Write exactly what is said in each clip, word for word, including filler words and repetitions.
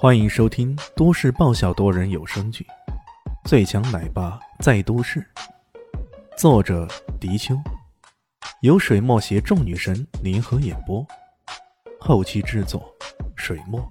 欢迎收听都市爆笑多人有声剧《最强奶爸在都市》，作者：迪秋，由水墨携众女神联合演播，后期制作：水墨。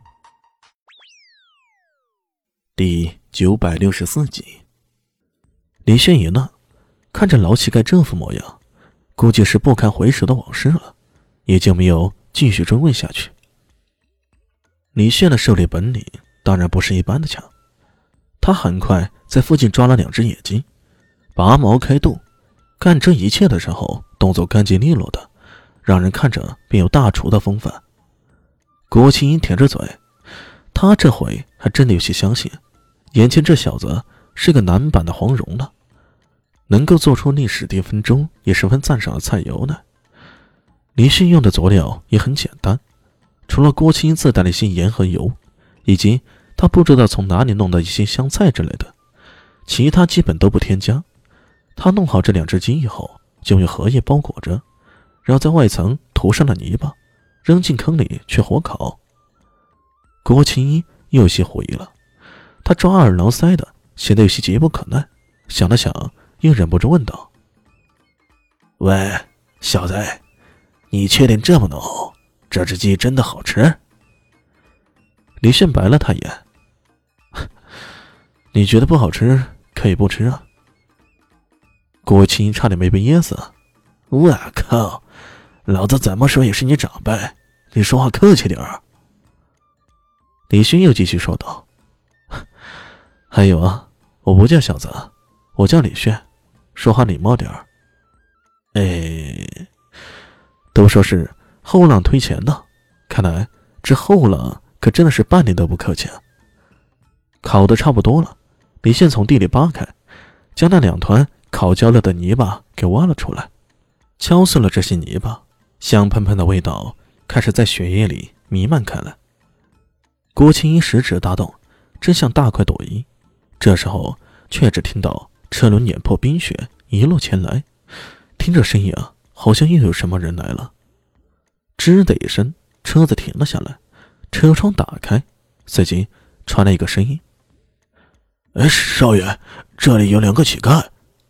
第九百六十四集，李炫一愣，看着老乞丐这副模样，估计是不堪回首的往事了，也就没有继续追问下去。李炫的狩猎本领当然不是一般的强，他很快在附近抓了两只野鸡，拔毛开肚，干这一切的时候动作干净利落的，让人看着便有大厨的风范。郭青英舔着嘴，他这回还真的有些相信眼前这小子是个男版的黄蓉了，能够做出历史巅峰中也十分赞赏的菜肴呢。李迅用的佐料也很简单，除了郭青英自带的一些盐和油，以及他不知道从哪里弄的一些香菜之类的，其他基本都不添加。他弄好这两只鸡以后，就用荷叶包裹着，然后在外层涂上了泥巴，扔进坑里去火烤。郭青英又有些狐疑了，他抓耳挠腮的，显得有些急不可耐，想了想，又忍不住问道：“喂，小子，你确定这么弄？这只鸡真的好吃？”李炫白了他一眼：“你觉得不好吃，可以不吃啊。”郭青英差点没被噎死。我靠，老子怎么说也是你长辈，你说话客气点儿。李迅又继续说道：“还有啊，我不叫小子，我叫李炫，说话礼貌点儿。哎，都说是后浪推前浪，看来这后浪可真的是半点都不客气啊。”烤得差不多了，李炫从地里扒开，将那两团烤焦了的泥巴给挖了出来，敲碎了这些泥巴，香喷喷的味道开始在血液里弥漫开来。郭青英食指大动，真像大快朵颐，这时候却只听到车轮碾破冰雪一路前来，听着声音啊，好像又有什么人来了。吱的一声，车子停了下来，车窗打开，随即传来一个声音：“哎，少爷，这里有两个乞丐。”“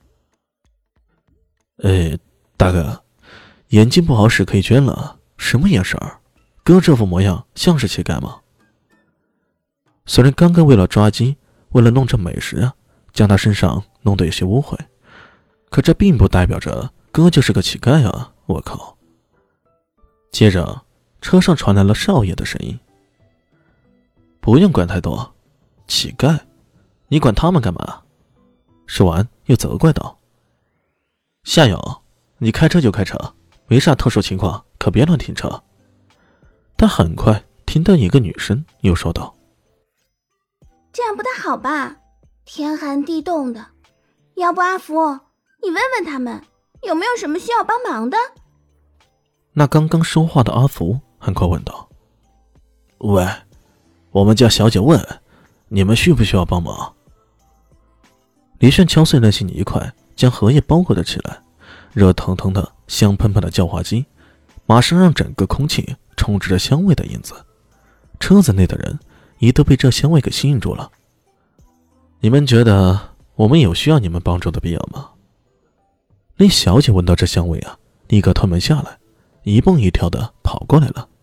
哎，大哥，眼睛不好使可以捐了，什么眼神儿？哥这副模样像是乞丐吗？”虽然刚刚为了抓鸡，为了弄这美食啊，将他身上弄得有些污秽，可这并不代表着哥就是个乞丐啊！我靠！接着，车上传来了少爷的声音：“不用管太多，乞丐，你管他们干嘛？”说完又责怪道：“夏友，你开车就开车，没啥特殊情况可别乱停车。”但很快听到一个女生又说道：“ 这样不太好吧，天寒地冻的，要不阿福，你问问他们有没有什么需要帮忙的。” 那刚刚说话的阿福很快问道：“喂，我们家小姐问，你们需不需要帮忙？”李炫敲碎那些泥块，将荷叶包裹了起来，热腾腾的香喷喷的叫花鸡马上让整个空气充斥着香味的影子，车子内的人也都被这香味给吸引住了。“你们觉得我们有需要你们帮助的必要吗？”那小姐闻到这香味啊，立刻推门下来，一蹦一跳的跑过来了。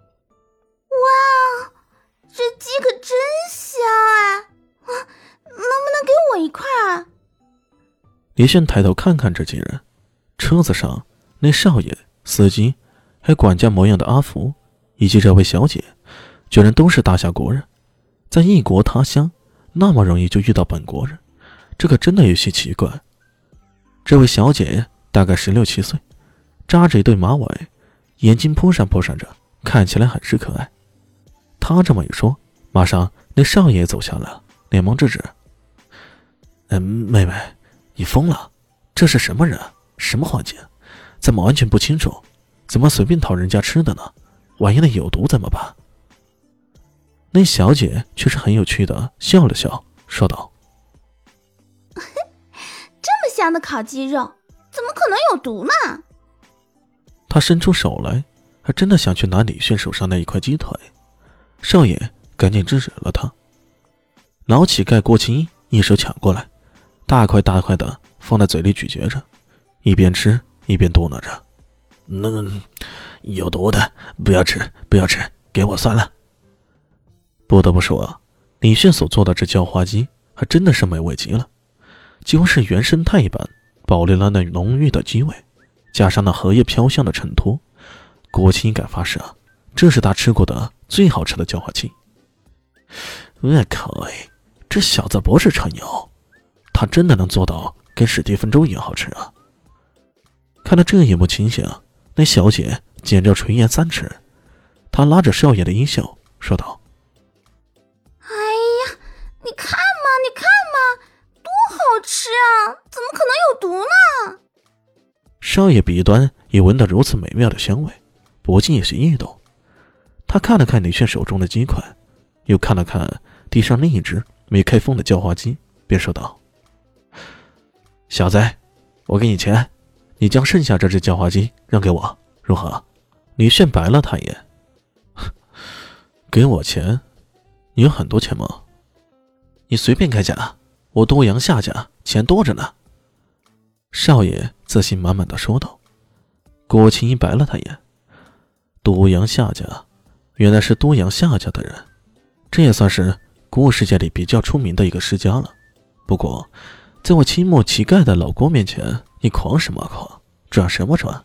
“哇，这鸡可真香哎！啊，能不能给我一块啊？” 李炫抬头看看这几人，车子上那少爷、司机还管家模样的阿福，以及这位小姐，居然都是大夏国人，在异国他乡那么容易就遇到本国人，这可真的有些奇怪。这位小姐大概十六七岁，扎着一对马尾，眼睛扑闪扑闪着，看起来很是可爱。她这么一说，马上那少爷走下来，连忙制止：“嗯，妹妹，你疯了？这是什么人？什么环境？咱们完全不清楚，怎么随便讨人家吃的呢？万一那有毒怎么办？”那小姐却是很有趣的笑了笑，说道：“ 这么香的烤鸡肉，怎么可能有毒呢？” 她伸出手来，还真的想去拿李炫手上那一块鸡腿。少爷赶紧制止了他。老乞丐郭青衣一手抢过来，大块大块的放在嘴里咀嚼着，一边吃一边嘟囔着：“嗯，有毒的，不要吃，不要吃，给我算了。”不得不说，李炫所做的这叫花鸡还真的是美味极了，几乎是原生态一般，保留了那浓郁的鸡味，加上那荷叶飘香的衬托，郭青衣敢发誓啊，这是他吃过的最好吃的叫花鸡。我靠，这小子不是吹牛，他真的能做到跟史蒂芬周一样好吃啊！看到这一幕情形，那小姐简直垂涎三尺，她拉着少爷的衣袖说道：“ 哎呀，你看嘛，你看嘛，多好吃啊！怎么可能有毒呢？” 少爷鼻端也闻到如此美妙的香味，不禁有些异动。他看了看李炫手中的鸡块，又看了看地上另一只没开封的叫花鸡，便说道：“小子，我给你钱，你将剩下这只叫花鸡让给我，如何？”李炫白了他一眼：“给我钱？你有很多钱吗？你随便开价，我多阳夏家钱多着呢。”少爷自信满满的说道。郭青衣白了他一眼：“多阳夏家，原来是多阳夏家的人，这也算是古世界里比较出名的一个世家了。不过，在我清末乞丐的老郭面前，你狂什么狂？转什么转？”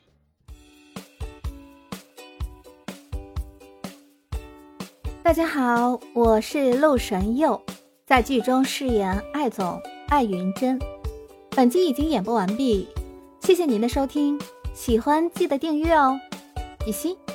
大家好，我是陆神佑，在剧中饰演艾总艾云珍。本集已经演播完毕，谢谢您的收听，喜欢记得订阅哦，比心。